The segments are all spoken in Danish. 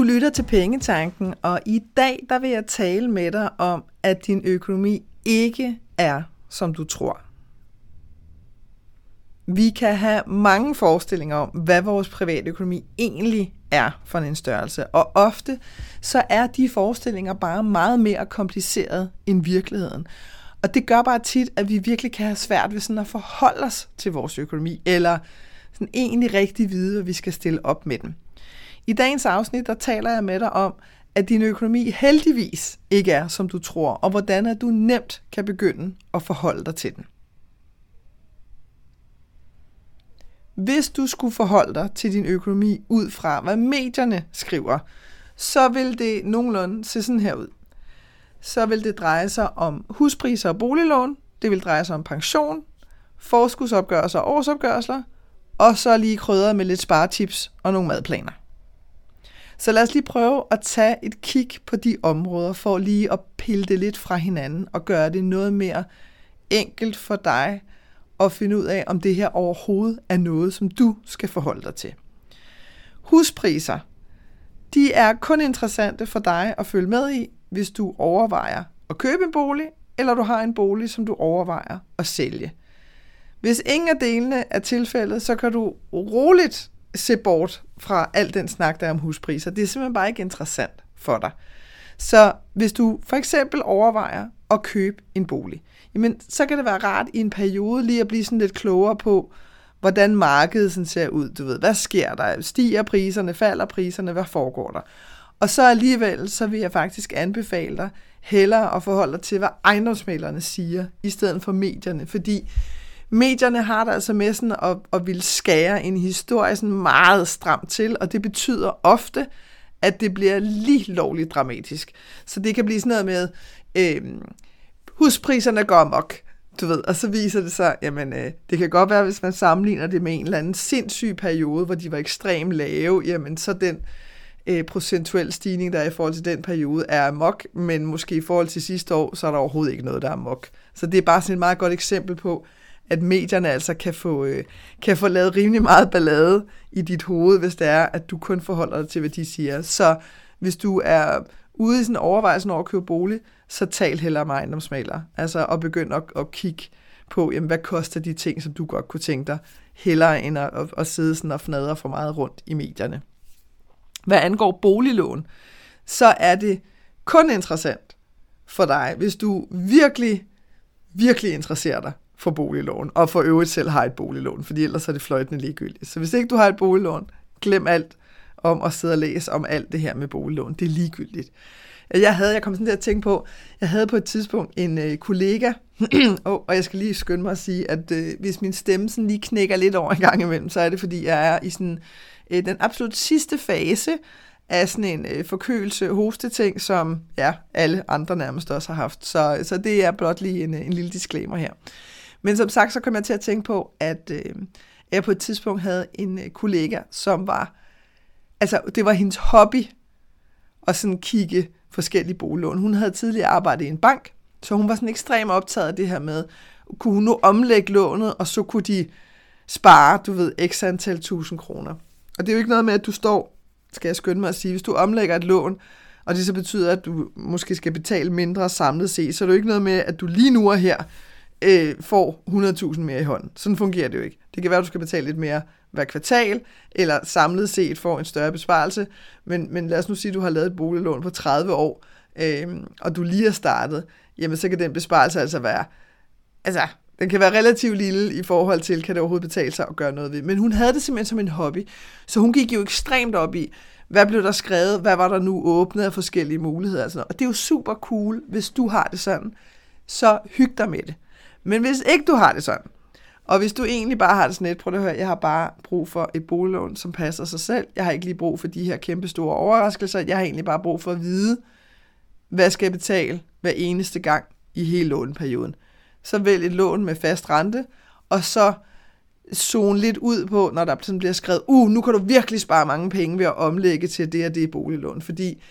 Du lytter til Pengetanken, og i dag der vil jeg tale med dig om, at din økonomi ikke er, som du tror. Vi kan have mange forestillinger om, hvad vores private økonomi egentlig er for en størrelse, og ofte så er de forestillinger bare meget mere komplicerede end virkeligheden. Og det gør bare tit, at vi virkelig kan have svært ved sådan at forholde os til vores økonomi, eller sådan egentlig rigtig vide, hvad vi skal stille op med den. I dagens afsnit, der taler jeg med dig om, at din økonomi heldigvis ikke er, som du tror, og hvordan at du nemt kan begynde at forholde dig til den. Hvis du skulle forholde dig til din økonomi ud fra, hvad medierne skriver, så vil det nogenlunde se sådan her ud. Så vil det dreje sig om huspriser og boliglån, det vil dreje sig om pension, forskudsopgørelser og årsopgørelser, og så lige krydret med lidt sparetips og nogle madplaner. Så lad os lige prøve at tage et kig på de områder, for lige at pille det lidt fra hinanden og gøre det noget mere enkelt for dig at finde ud af, om det her overhovedet er noget, som du skal forholde dig til. Huspriser, de er kun interessante for dig at følge med i, hvis du overvejer at købe en bolig, eller du har en bolig, som du overvejer at sælge. Hvis ingen af delene er tilfældet, så kan du roligt se bort fra al den snak, der er om huspriser. Det er simpelthen bare ikke interessant for dig. Så hvis du for eksempel overvejer at købe en bolig, jamen, så kan det være rart i en periode lige at blive sådan lidt klogere på, hvordan markedet sådan ser ud. Du ved, hvad sker der? Stiger priserne? Falder priserne? Hvad foregår der? Og så alligevel, så vil jeg faktisk anbefale dig hellere at forholde dig til, hvad ejendomsmæglerne siger, i stedet for medierne. Fordi medierne har det altså med sådan at ville skære en historie sådan meget stramt til, og det betyder ofte, at det bliver lige lovligt dramatisk. Så det kan blive sådan noget med, huspriserne går amok, du ved, og så viser det sig, jamen det kan godt være, hvis man sammenligner det med en eller anden sindssyg periode, hvor de var ekstremt lave, jamen så den procentuel stigning, der er i forhold til den periode, er amok, men måske i forhold til sidste år, så er der overhovedet ikke noget, der er amok. Så det er bare sådan et meget godt eksempel på, at medierne altså kan få lavet rimelig meget ballade i dit hoved, hvis det er, at du kun forholder dig til, hvad de siger. Så hvis du er ude i sådan en overvejelse over at købe bolig, så tal hellere med ejendomsmægler. Altså og begynd at kigge på, jamen, hvad koster de ting, som du godt kunne tænke dig, hellere end at sidde sådan og fnadre for meget rundt i medierne. Hvad angår boliglån, så er det kun interessant for dig, hvis du virkelig, virkelig interesserer dig for boliglån, og for øvrigt selv har et boliglån, fordi ellers er det fløjtende ligegyldigt. Så hvis ikke du har et boliglån, glem alt om at sidde og læse om alt det her med boliglån. Det er ligegyldigt. Jeg kom sådan der at tænke på, jeg havde på et tidspunkt en kollega, og jeg skal lige skynde mig at sige, at hvis min stemme sådan lige knækker lidt over en gang imellem, så er det, fordi jeg er i sådan den absolut sidste fase af sådan en forkølelse, hosteting, som alle andre nærmest også har haft. Så det er blot lige en lille disclaimer her. Men som sagt, så kom jeg til at tænke på, at jeg på et tidspunkt havde en kollega, som var, altså det var hendes hobby at sådan kigge forskellige boliglån. Hun havde tidligere arbejdet i en bank, så hun var sådan ekstremt optaget af det her med, kunne hun nu omlægge lånet, og så kunne de spare, du ved, x antal 1000 kroner. Og det er jo ikke noget med, at du står, skal jeg skynde mig at sige, hvis du omlægger et lån, og det så betyder, at du måske skal betale mindre samlet set, så er det jo ikke noget med, at du lige nu og her får 100.000 mere i hånden. Sådan fungerer det jo ikke. Det kan være, at du skal betale lidt mere hver kvartal, eller samlet set får en større besparelse, men lad os nu sige, at du har lavet et boliglån på 30 år, og du lige er startet, jamen så kan den besparelse altså være, den kan være relativt lille i forhold til, kan det overhovedet betale sig at gøre noget ved. Men hun havde det simpelthen som en hobby, så hun gik jo ekstremt op i, hvad blev der skrevet, hvad var der nu åbnet af forskellige muligheder, og sådan noget. Og det er jo super cool, hvis du har det sådan, så hyg dig med det. Men hvis ikke du har det sådan, og hvis du egentlig bare har det sådan lidt, prøv at høre, jeg har bare brug for et boliglån, som passer sig selv. Jeg har ikke lige brug for de her kæmpe store overraskelser. Jeg har egentlig bare brug for at vide, hvad skal jeg betale hver eneste gang i hele låneperioden. Så vælg et lån med fast rente, og så zone lidt ud på, når der sådan bliver skrevet, nu kan du virkelig spare mange penge ved at omlægge til det og det boliglån. Fordi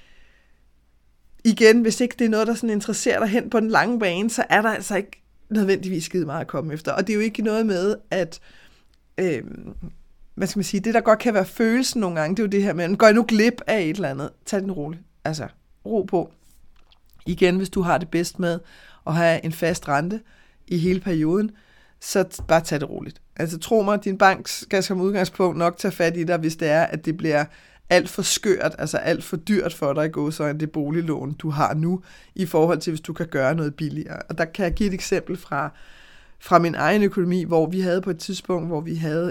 igen, hvis ikke det er noget, der sådan interesserer dig hen på den lange bane, så er der altså ikke nødvendigvis skide meget at komme efter. Og det er jo ikke noget med, at hvad skal man sige, det der godt kan være følelsen nogle gange, det er jo det her med, går jeg nu glip af et eller andet? Tag den roligt. Altså, ro på. Igen, hvis du har det bedst med at have en fast rente i hele perioden, så bare tag det roligt. Altså tro mig, din bank skal som udgangspunkt nok tage fat i dig, hvis det er, at det bliver alt for skørt, altså alt for dyrt for dig at gå så end det boliglån, du har nu, i forhold til, hvis du kan gøre noget billigere. Og der kan jeg give et eksempel fra min egen økonomi, hvor vi havde på et tidspunkt, hvor vi havde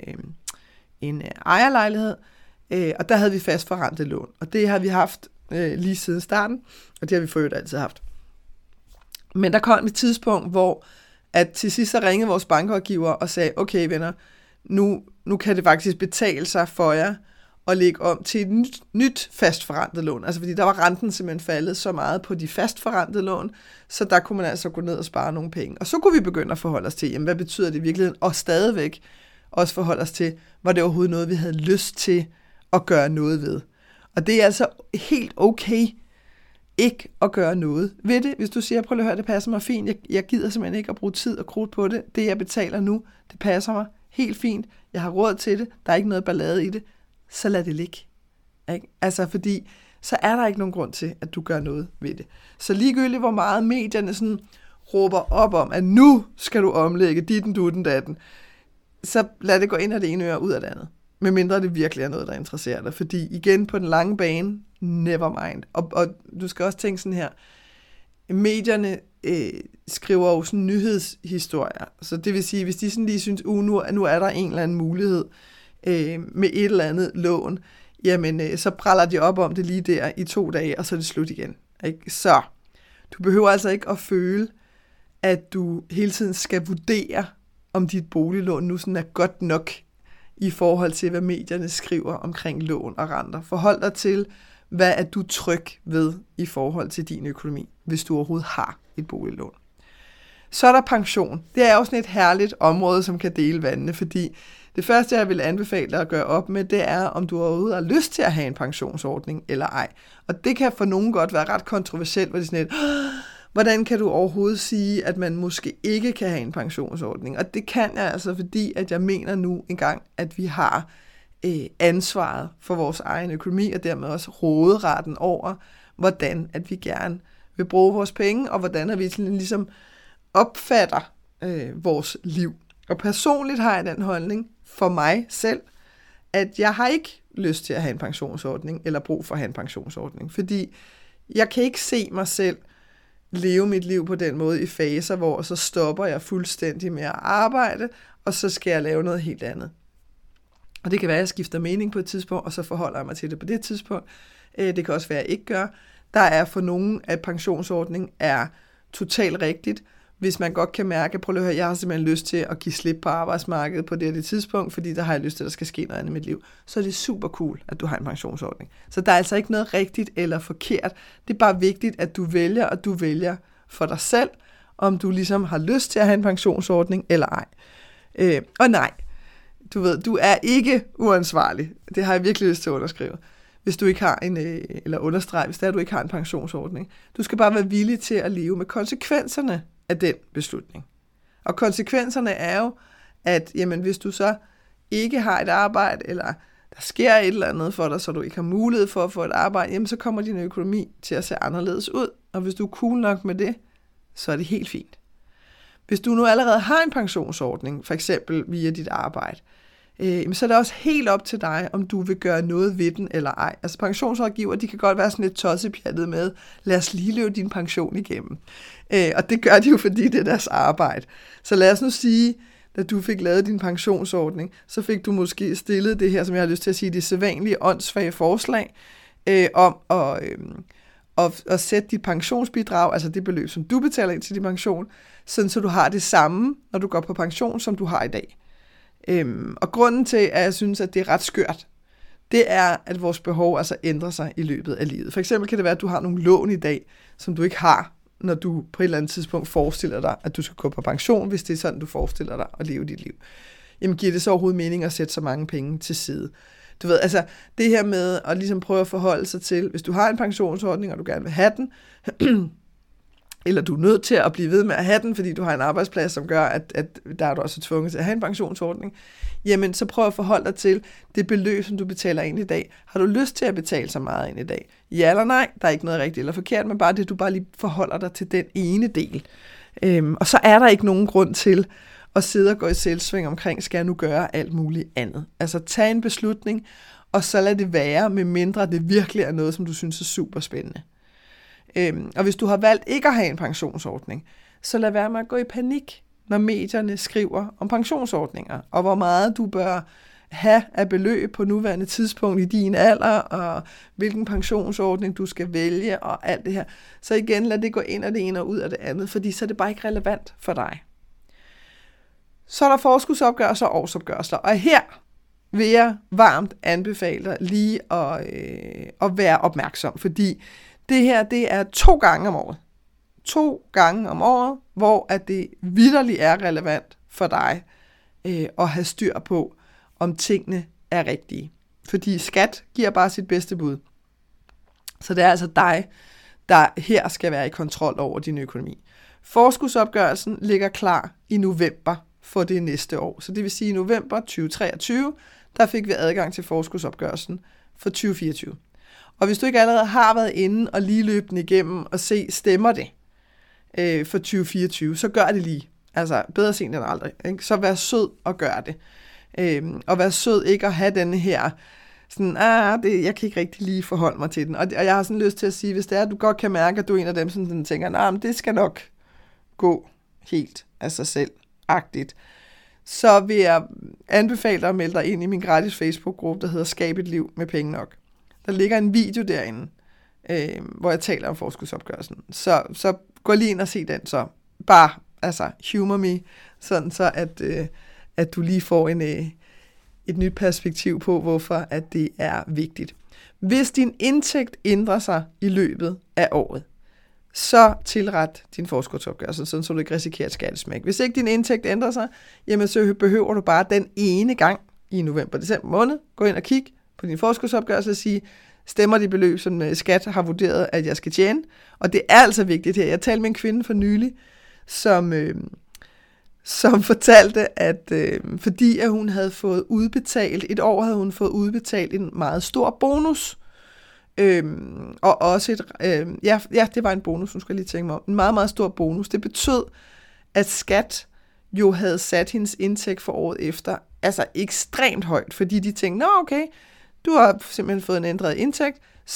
en ejerlejlighed, og der havde vi fast forrentet lån. Og det har vi haft lige siden starten, og det har vi for øvrigt altid haft. Men der kom et tidspunkt, hvor at til sidst så ringede vores bankrådgiver og sagde, okay venner, nu kan det faktisk betale sig for jer at lægge om til et nyt fastforrentet lån. Altså fordi der var renten simpelthen faldet så meget på de fastforrentede lån, så der kunne man altså gå ned og spare nogle penge. Og så kunne vi begynde at forholde os til, jamen, hvad betyder det i virkeligheden? Og stadigvæk også forholde os til, var det overhovedet noget, vi havde lyst til at gøre noget ved. Og det er altså helt okay ikke at gøre noget ved det. Hvis du siger, prøv at høre, det passer mig fint, jeg gider simpelthen ikke at bruge tid og krudt på det. Det, jeg betaler nu, det passer mig helt fint. Jeg har råd til det. Der er ikke noget ballade i det. Så lad det ligge. Ikke? Altså, fordi så er der ikke nogen grund til, at du gør noget ved det. Så ligegyldigt, hvor meget medierne sådan råber op om, at nu skal du omlægge ditten, dutten, datten, så lad det gå ind af det ene øre ud af det andet. Medmindre det virkelig er noget, der interesserer dig. Fordi igen, på den lange bane, never mind. Og du skal også tænke sådan her, medierne skriver jo sådan nyhedshistorier. Så det vil sige, hvis de sådan lige synes, nu er der en eller anden mulighed med et eller andet lån, jamen så praller de op om det lige der i 2 dage, og så er det slut igen. Ikke? Så du behøver altså ikke at føle, at du hele tiden skal vurdere, om dit boliglån nu sådan er godt nok i forhold til, hvad medierne skriver omkring lån og renter. Forhold dig til, hvad er du tryg ved i forhold til din økonomi, hvis du overhovedet har et boliglån. Så er der pension. Det er også et herligt område, som kan dele vandene, fordi det første, jeg vil anbefale dig at gøre op med, det er, om du overhovedet har lyst til at have en pensionsordning eller ej. Og det kan for nogen godt være ret kontroversielt, hvor det er sådan et, hvordan kan du overhovedet sige, at man måske ikke kan have en pensionsordning? Og det kan jeg altså, fordi at jeg mener nu engang, at vi har ansvaret for vores egen økonomi, og dermed også råderetten over, hvordan at vi gerne vil bruge vores penge, og hvordan at vi ligesom opfatter vores liv. Og personligt har jeg den holdning for mig selv, at jeg har ikke lyst til at have en pensionsordning, eller brug for at have en pensionsordning, fordi jeg kan ikke se mig selv leve mit liv på den måde i faser, hvor så stopper jeg fuldstændig med at arbejde, og så skal jeg lave noget helt andet. Og det kan være, at jeg skifter mening på et tidspunkt, og så forholder jeg mig til det på det tidspunkt. Det kan også være, at jeg ikke gør. Der er for nogen, at pensionsordning er totalt rigtigt, hvis man godt kan mærke, prøv at høre, jeg har simpelthen lyst til at give slip på arbejdsmarkedet på det tidspunkt, fordi der har jeg lyst til, at der skal ske noget andet i mit liv. Så er det super cool, at du har en pensionsordning. Så der er altså ikke noget rigtigt eller forkert. Det er bare vigtigt, at du vælger, og du vælger for dig selv, om du ligesom har lyst til at have en pensionsordning eller ej. Og nej, du ved, du er ikke uansvarlig. Det har jeg virkelig lyst til at underskrive. Hvis du ikke har eller understrege, hvis du ikke har en pensionsordning. Du skal bare være villig til at leve med konsekvenserne af den beslutning. Og konsekvenserne er jo, at jamen, hvis du så ikke har et arbejde, eller der sker et eller andet for dig, så du ikke har mulighed for at få et arbejde, jamen, så kommer din økonomi til at se anderledes ud. Og hvis du er cool nok med det, så er det helt fint. Hvis du nu allerede har en pensionsordning, for eksempel via dit arbejde, så er det også helt op til dig, om du vil gøre noget ved den eller ej. Altså pensionsrådgiver, de kan godt være sådan lidt tossepjattet med, lad os lige løbe din pension igennem. Og det gør de jo, fordi det er deres arbejde. Så lad os nu sige, da du fik lavet din pensionsordning, så fik du måske stillet det her, som jeg har lyst til at sige, det sædvanlige åndssvage forslag om at sætte dit pensionsbidrag, altså det beløb, som du betaler ind til din pension, sådan så du har det samme, når du går på pension, som du har i dag. Og grunden til, at jeg synes, at det er ret skørt, det er, at vores behov altså ændrer sig i løbet af livet. For eksempel kan det være, at du har nogle lån i dag, som du ikke har, når du på et eller andet tidspunkt forestiller dig, at du skal gå på pension, hvis det er sådan, du forestiller dig at leve dit liv. Jamen giver det så overhovedet mening at sætte så mange penge til side? Du ved, altså det her med at ligesom prøve at forholde sig til, hvis du har en pensionsordning, og du gerne vil have den, eller du er nødt til at blive ved med at have den, fordi du har en arbejdsplads, som gør, at der er du også tvunget til at have en pensionsordning, jamen så prøv at forholde dig til det beløb, som du betaler ind i dag. Har du lyst til at betale så meget ind i dag? Ja eller nej? Der er ikke noget rigtigt eller forkert, men bare det, du bare lige forholder dig til den ene del. Og så er der ikke nogen grund til at sidde og gå i selvsving omkring, skal jeg nu gøre alt muligt andet? Altså tag en beslutning, og så lad det være, med mindre det virkelig er noget, som du synes er super spændende. Og hvis du har valgt ikke at have en pensionsordning, så lad være med at gå i panik, når medierne skriver om pensionsordninger, og hvor meget du bør have af beløb på nuværende tidspunkt i din alder, og hvilken pensionsordning du skal vælge, og alt det her. Så igen, lad det gå ind af det ene og ud af det andet, fordi så er det bare ikke relevant for dig. Så er der forskudsopgørelser og årsopgørelser, og her vil jeg varmt anbefale dig lige at være opmærksom, fordi det her, det er 2 gange om året. 2 gange om året, hvor at det vitterligt er relevant for dig at have styr på, om tingene er rigtige. Fordi skat giver bare sit bedste bud. Så det er altså dig, der her skal være i kontrol over din økonomi. Forskudsopgørelsen ligger klar i november for det næste år. Så det vil sige, i november 2023, der fik vi adgang til forskudsopgørelsen for 2024. Og hvis du ikke allerede har været inde og lige løbet den igennem og se, stemmer det for 2024, så gør det lige. Altså bedre sent end aldrig. Ikke? Så vær sød og gør det. Og vær sød ikke at have den her, sådan, jeg kan ikke rigtig lige forholde mig til den. Og jeg har sådan lyst til at sige, hvis det er, at du godt kan mærke, at du er en af dem, som den tænker, men det skal nok gå helt af sig selv-agtigt, så vil jeg anbefale dig at melde dig ind i min gratis Facebook-gruppe, der hedder Skab et liv med penge nok. Der ligger en video derinde, hvor jeg taler om forskudsopgørelsen. Så gå lige ind og se den, så bare, humor me, sådan så at du lige får et nyt perspektiv på, hvorfor at det er vigtigt. Hvis din indtægt ændrer sig i løbet af året, så tilret din forskudsopgørelse, sådan så du ikke risikerer et skattesmæk. Hvis ikke din indtægt ændrer sig, jamen så behøver du bare den ene gang i november-december måned, gå ind og kig på din forskudsopgørelse og sige, stemmer de beløb, som skat har vurderet, at jeg skal tjene. Og det er altså vigtigt her. Jeg talte med en kvinde for nylig, som fortalte, at fordi at hun havde fået udbetalt, et år havde hun fået udbetalt en meget stor bonus, og også det var en bonus, nu skal jeg lige tænke mig om, en meget, meget stor bonus. Det betød, at skat jo havde sat hendes indtægt for året efter, altså ekstremt højt, fordi de tænkte, okay, du har simpelthen fået en ændret indtægt,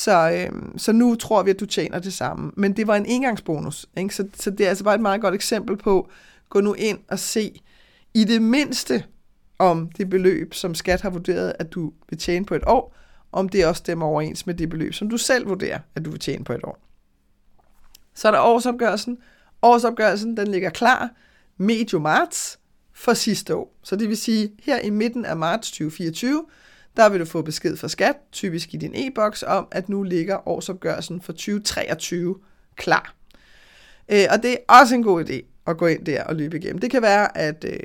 så nu tror vi, at du tjener det samme. Men det var en engangsbonus, ikke? Så det er altså bare et meget godt eksempel på, gå nu ind og se i det mindste om det beløb, som skat har vurderet, at du vil tjene på et år, om det også stemmer overens med det beløb, som du selv vurderer, at du vil tjene på et år. Så er der årsopgørelsen. Årsopgørelsen, den ligger klar medio marts for sidste år. Så det vil sige, her i midten af marts 2024, der vil du få besked fra skat, typisk i din e-boks, om at nu ligger årsopgørelsen for 2023 klar. Og det er også en god idé at gå ind der og løbe igennem. Det kan være,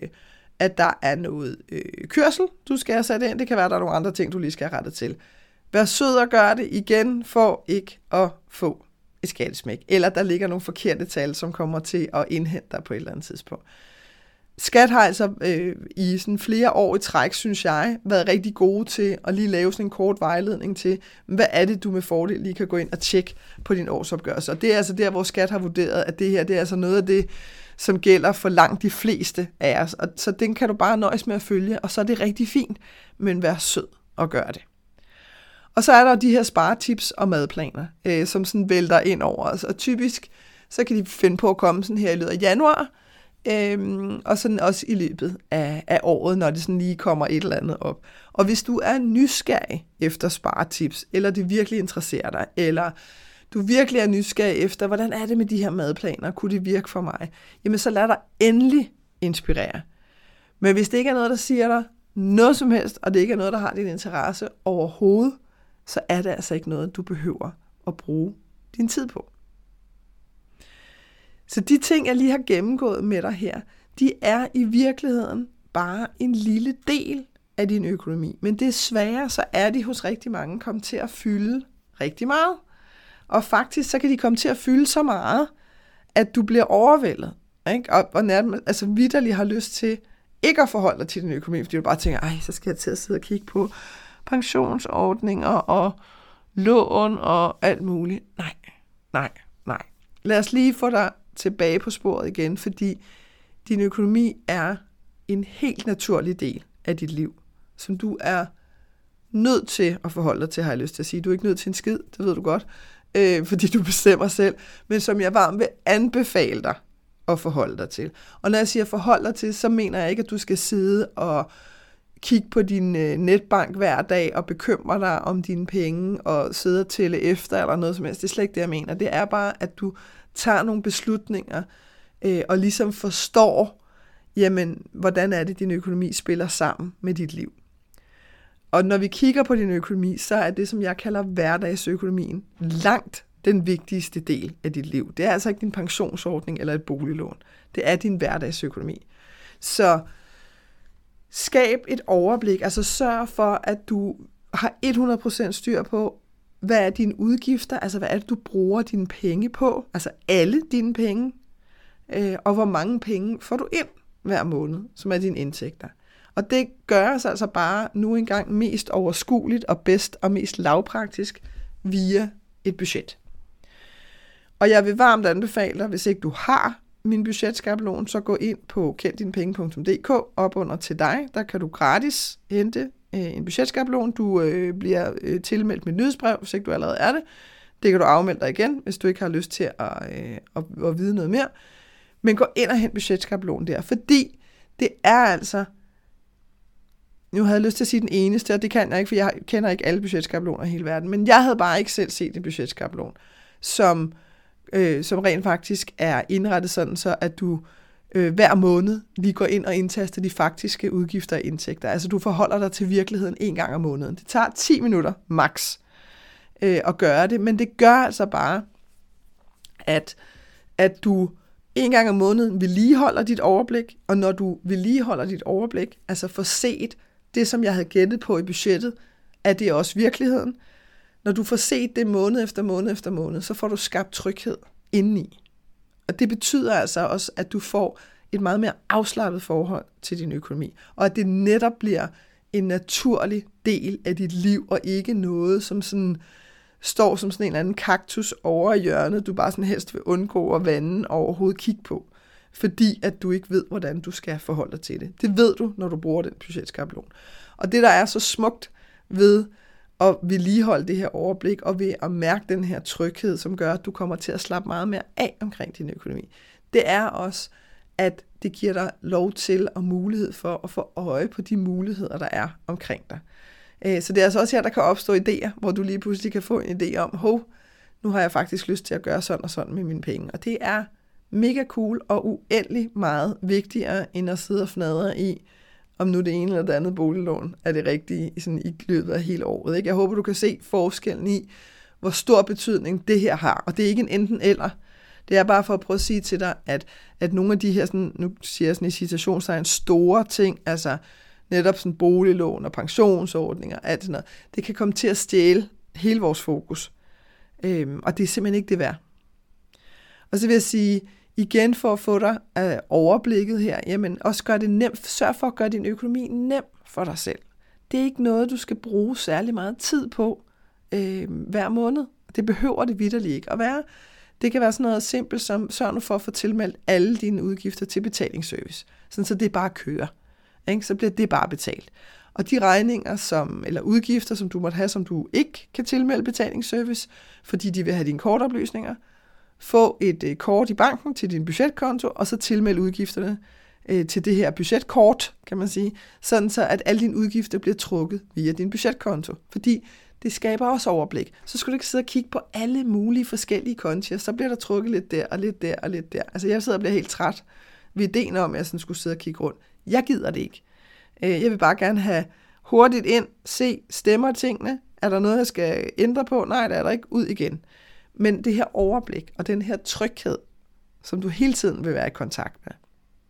at der er noget kørsel, du skal have sat ind. Det kan være, at der er nogle andre ting, du lige skal have rettet til. Vær sød og gør det igen, for ikke at få et skattesmæk. Eller der ligger nogle forkerte tal, som kommer til at indhente dig på et eller andet tidspunkt. Skat har altså i sådan flere år i træk, synes jeg, været rigtig gode til at lige lave sådan en kort vejledning til, hvad er det, du med fordel lige kan gå ind og tjekke på din årsopgørelse. Og det er altså der, hvor skat har vurderet, at det her, det er altså noget af det, som gælder for langt de fleste af os. Og så den kan du bare nøjes med at følge, og så er det rigtig fint, men vær sød og gør det. Og så er der jo de her sparetips og madplaner, som sådan vælter ind over os. Og typisk, så kan de finde på at komme sådan her i løbet af januar, og sådan også i løbet af året, når det sådan lige kommer et eller andet op. Og hvis du er nysgerrig efter sparetips, eller det virkelig interesserer dig, eller du virkelig er nysgerrig efter, hvordan er det med de her madplaner, kunne det virke for mig, jamen så lad dig endelig inspirere. Men hvis det ikke er noget, der siger dig noget som helst, og det ikke er noget, der har din interesse overhovedet, så er det altså ikke noget, du behøver at bruge din tid på. Så de ting, jeg lige har gennemgået med dig her, de er i virkeligheden bare en lille del af din økonomi. Men desværre, så er de hos rigtig mange kommet til at fylde rigtig meget. Og faktisk, så kan de komme til at fylde så meget, at du bliver overvældet, ikke? Og nærmest, altså vitterligt har lyst til ikke at forholde dig til din økonomi, fordi du bare tænker, så skal jeg til at sidde og kigge på pensionsordninger og lån og alt muligt. Nej. Lad os lige få dig tilbage på sporet igen, fordi din økonomi er en helt naturlig del af dit liv, som du er nødt til at forholde dig til, har jeg lyst til at sige. Du er ikke nødt til en skid, det ved du godt, fordi du bestemmer selv, men som jeg varmt vil anbefale dig at forholde dig til. Og når jeg siger forholde dig til, så mener jeg ikke, at du skal sidde og kigge på din netbank hver dag og bekymre dig om dine penge og sidde og tælle efter eller noget som helst. Det er slet ikke det, jeg mener. Det er bare, at du tager nogle beslutninger og ligesom forstår, jamen, hvordan er det, din økonomi spiller sammen med dit liv. Og når vi kigger på din økonomi, så er det, som jeg kalder hverdagsøkonomien, langt den vigtigste del af dit liv. Det er altså ikke din pensionsordning eller et boliglån. Det er din hverdagsøkonomi. Så skab et overblik, altså sørg for, at du har 100% styr på, hvad er dine udgifter, altså hvad er det, du bruger dine penge på, altså alle dine penge, og hvor mange penge får du ind hver måned, som er dine indtægter. Og det gøres altså bare nu engang mest overskueligt og bedst og mest lavpraktisk via et budget. Og jeg vil varmt anbefale dig, hvis ikke du har min budgetskabelon, så gå ind på kenddinepenge.dk op under til dig. Der kan du gratis hente en budgetskabelon. Du bliver tilmeldt mit nyhedsbrev, hvis ikke du allerede er det. Det kan du afmelde dig igen, hvis du ikke har lyst til at vide noget mere. Men gå ind og hent budgetskabelon der, fordi det er altså, nu havde jeg lyst til at sige den eneste, og det kan jeg ikke, for jeg kender ikke alle budgetskabeloner i hele verden, men jeg havde bare ikke selv set en budgetskabelon, som rent faktisk er indrettet sådan, så at du hver måned lige går ind og indtaster de faktiske udgifter og indtægter. Altså du forholder dig til virkeligheden en gang om måneden. Det tager 10 minutter max at gøre det, men det gør altså bare, at du en gang om måneden vedligeholder dit overblik, og når du vedligeholder dit overblik, altså får set det, som jeg havde gættet på i budgettet, er det også virkeligheden. Når du får set det måned efter måned efter måned, så får du skabt tryghed indeni. Og det betyder altså også, at du får et meget mere afslappet forhold til din økonomi, og at det netop bliver en naturlig del af dit liv, og ikke noget, som sådan står som sådan en eller anden kaktus over i hjørnet, du bare sådan helst vil undgå at vande og overhovedet kigge på, fordi at du ikke ved, hvordan du skal forholde dig til det. Det ved du, når du bruger den budgetskabelon. Og det, der er så smukt ved at vedligeholde det her overblik, og ved at mærke den her tryghed, som gør, at du kommer til at slappe meget mere af omkring din økonomi, det er også, at det giver dig lov til og mulighed for at få øje på de muligheder, der er omkring dig. Så det er altså også her, der kan opstå idéer, hvor du lige pludselig kan få en idé om, nu har jeg faktisk lyst til at gøre sådan og sådan med mine penge. Og det er mega cool og uendelig meget vigtigere, end at sidde og fnadre i, om nu det ene eller det andet boliglån er det rigtige i løbet af hele året. Ikke? Jeg håber, du kan se forskellen i, hvor stor betydning det her har. Og det er ikke en enten eller. Det er bare for at prøve at sige til dig, at nogle af de her, sådan, nu siger jeg sådan i citationstegn, store ting, altså netop sådan boliglån og pensionsordninger, alt sådan noget, det kan komme til at stjæle hele vores fokus. Og det er simpelthen ikke det værd. Og så vil jeg sige, igen for at få dig overblikket her, jamen også gør det nemt, sørg for at gøre din økonomi nem for dig selv. Det er ikke noget, du skal bruge særlig meget tid på hver måned. Det behøver det vitterligt ikke at være. Det kan være sådan noget simpelt som, sørg nu for at få tilmeldt alle dine udgifter til betalingsservice, sådan så det bare kører. Ikke? Så bliver det bare betalt. Og de regninger, eller udgifter, som du måtte have, som du ikke kan tilmelde betalingsservice, fordi de vil have dine kortoplysninger, få et kort i banken til din budgetkonto, og så tilmelde udgifterne til det her budgetkort, kan man sige, sådan så at alle dine udgifter bliver trukket via din budgetkonto. Fordi det skaber også overblik. Så skal du ikke sidde og kigge på alle mulige forskellige kontier, så bliver der trukket lidt der, og lidt der, og lidt der. Altså jeg sidder og bliver helt træt ved ideen om, at jeg sådan skulle sidde og kigge rundt. Jeg gider det ikke. Jeg vil bare gerne have hurtigt ind, se, stemmer tingene. Er der noget, jeg skal ændre på? Nej, der er der ikke. Ud igen. Men det her overblik og den her tryghed, som du hele tiden vil være i kontakt med.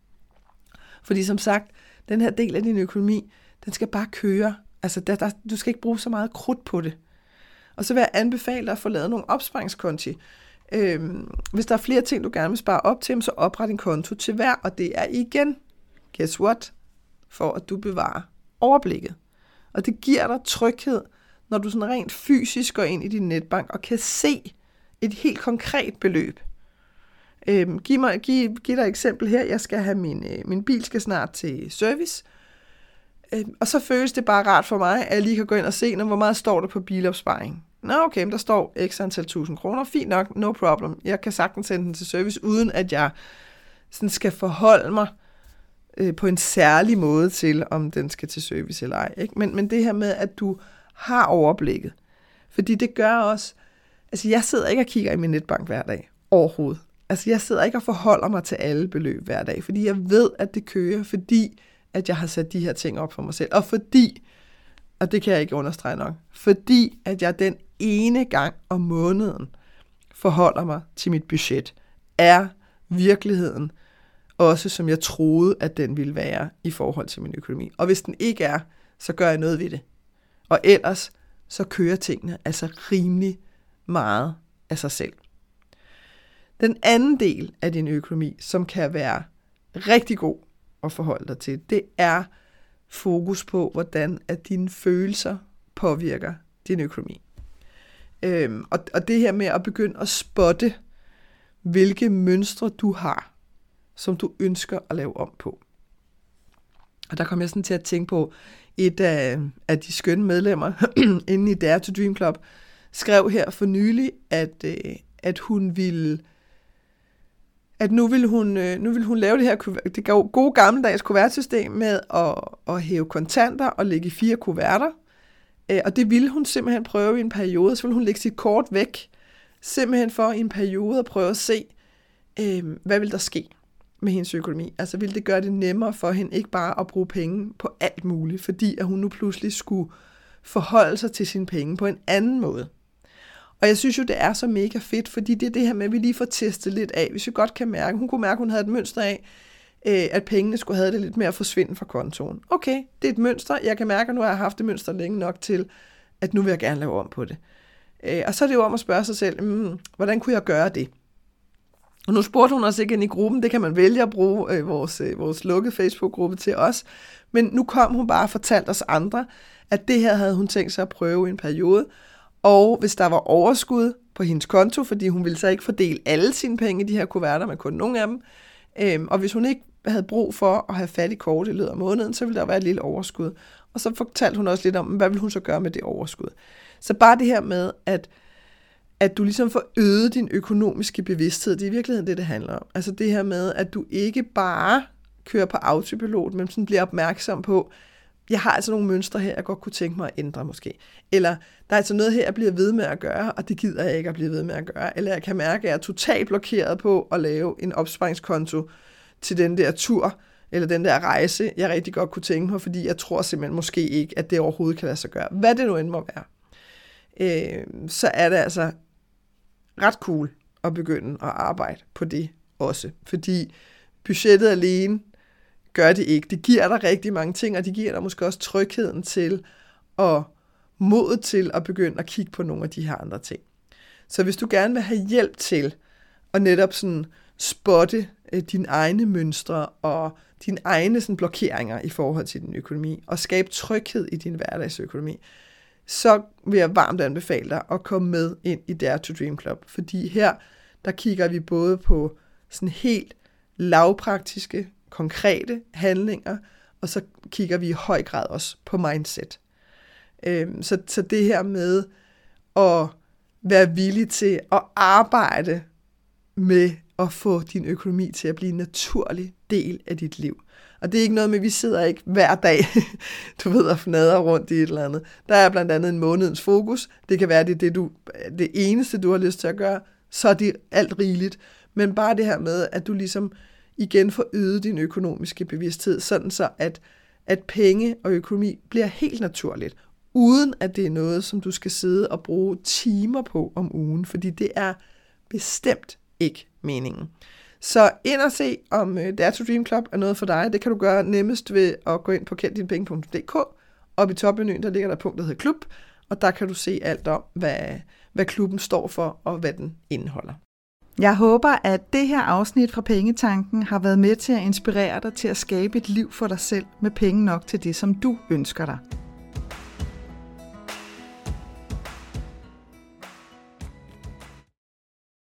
Fordi som sagt, den her del af din økonomi, den skal bare køre. Altså du skal ikke bruge så meget krudt på det. Og så vil jeg anbefale dig at få lavet nogle opsparingskonti. Hvis der er flere ting, du gerne vil spare op til, så opret en konto til hver, og det er igen, guess what, for at du bevarer overblikket. Og det giver dig tryghed, når du sådan rent fysisk går ind i din netbank og kan se et helt konkret beløb. Giv dig et eksempel her. Jeg skal have min bil skal snart til service. Og så føles det bare rart for mig, at jeg lige kan gå ind og se, hvor meget står der på bilopsparing. Nå okay, men der står x antal 1000 kroner. Fint nok, no problem. Jeg kan sagtens sende den til service, uden at jeg sådan skal forholde mig på en særlig måde til, om den skal til service eller ej. Ikke? Men det her med, at du har overblikket. Fordi det gør også, altså jeg sidder ikke og kigger i min netbank hver dag, overhovedet. Altså jeg sidder ikke og forholder mig til alle beløb hver dag, fordi jeg ved, at det kører, fordi at jeg har sat de her ting op for mig selv. Og fordi, og det kan jeg ikke understrege nok, fordi at jeg den ene gang om måneden forholder mig til mit budget, er virkeligheden også, som jeg troede, at den ville være i forhold til min økonomi. Og hvis den ikke er, så gør jeg noget ved det. Og ellers, så kører tingene altså rimelig meget af sig selv. Den anden del af din økonomi, som kan være rigtig god at forholde dig til, det er fokus på, hvordan at dine følelser påvirker din økonomi. Og det her med at begynde at spotte, hvilke mønstre du har, som du ønsker at lave om på. Og der kom jeg sådan til at tænke på, et af de skønne medlemmer inde i Dare to Dream Club, skrev her for nylig, at hun ville, at nu vil hun lave det gode gammeldags kuvertsystem med at hæve kontanter og lægge i 4 kuverter. Og det ville hun simpelthen prøve i en periode. Så ville hun lægge sit kort væk, simpelthen for i en periode at prøve at se, hvad vil der ske med hendes økonomi. Altså ville det gøre det nemmere for hende ikke bare at bruge penge på alt muligt, fordi at hun nu pludselig skulle forholde sig til sine penge på en anden måde. Og jeg synes jo, det er så mega fedt, fordi det er det her med, at vi lige får testet lidt af. Hvis vi godt kan mærke, hun kunne mærke, at hun havde et mønster af, at pengene skulle have det lidt mere at forsvinde fra kontoen. Okay, det er et mønster. Jeg kan mærke, at nu har jeg haft det mønster længe nok til, at nu vil jeg gerne lave om på det. Og så er det jo om at spørge sig selv, hvordan kunne jeg gøre det? Og nu spurgte hun os ikke ind i gruppen, det kan man vælge at bruge vores lukkede Facebook-gruppe til os. Men nu kom hun bare og fortalte os andre, at det her havde hun tænkt sig at prøve i en periode. Og hvis der var overskud på hendes konto, fordi hun ville så ikke fordele alle sine penge i de her kuverter, men kun nogle af dem. Og hvis hun ikke havde brug for at have fat i kort i løbet af måneden, så ville der være et lille overskud. Og så fortalte hun også lidt om, hvad ville hun så gøre med det overskud. Så bare det her med, at du ligesom får øget din økonomiske bevidsthed, det er i virkeligheden det handler om. Altså det her med, at du ikke bare kører på autopilot, men sådan bliver opmærksom på, jeg har altså nogle mønstre her, jeg godt kunne tænke mig at ændre måske. Eller der er altså noget her, jeg bliver ved med at gøre, og det gider jeg ikke at blive ved med at gøre. Eller jeg kan mærke, at jeg er totalt blokeret på at lave en opsparingskonto til den der tur, eller den der rejse, jeg rigtig godt kunne tænke mig, fordi jeg tror simpelthen måske ikke, at det overhovedet kan lade sig gøre. Hvad det nu end må være. Så er det altså ret cool at begynde at arbejde på det også. Fordi budgettet alene gør det ikke. Det giver dig rigtig mange ting, og det giver dig måske også trygheden til og modet til at begynde at kigge på nogle af de her andre ting. Så hvis du gerne vil have hjælp til at netop sådan spotte dine egne mønstre og dine egne sådan blokeringer i forhold til din økonomi, og skabe tryghed i din hverdagsøkonomi, så vil jeg varmt anbefale dig at komme med ind i Dare to Dream Club. Fordi her, der kigger vi både på sådan helt lavpraktiske, konkrete handlinger, og så kigger vi i høj grad også på mindset. Så det her med at være villig til at arbejde med at få din økonomi til at blive en naturlig del af dit liv. Og det er ikke noget med, at vi sidder ikke hver dag, du ved, og fnader rundt i et eller andet. Der er blandt andet en månedens fokus. Det kan være, det er det eneste, du har lyst til at gøre. Så er det alt rigeligt. Men bare det her med, at du ligesom igen får øget din økonomiske bevidsthed, sådan så at penge og økonomi bliver helt naturligt, uden at det er noget, som du skal sidde og bruge timer på om ugen, fordi det er bestemt ikke meningen. Så ind og se, om Dare to Dream Club er noget for dig. Det kan du gøre nemmest ved at gå ind på kenddinepenge.dk. Oppe i topmenuen, der ligger der et punkt, der hedder klub, og der kan du se alt om, hvad klubben står for, og hvad den indeholder. Jeg håber, at det her afsnit fra Pengetanken har været med til at inspirere dig til at skabe et liv for dig selv med penge nok til det, som du ønsker dig.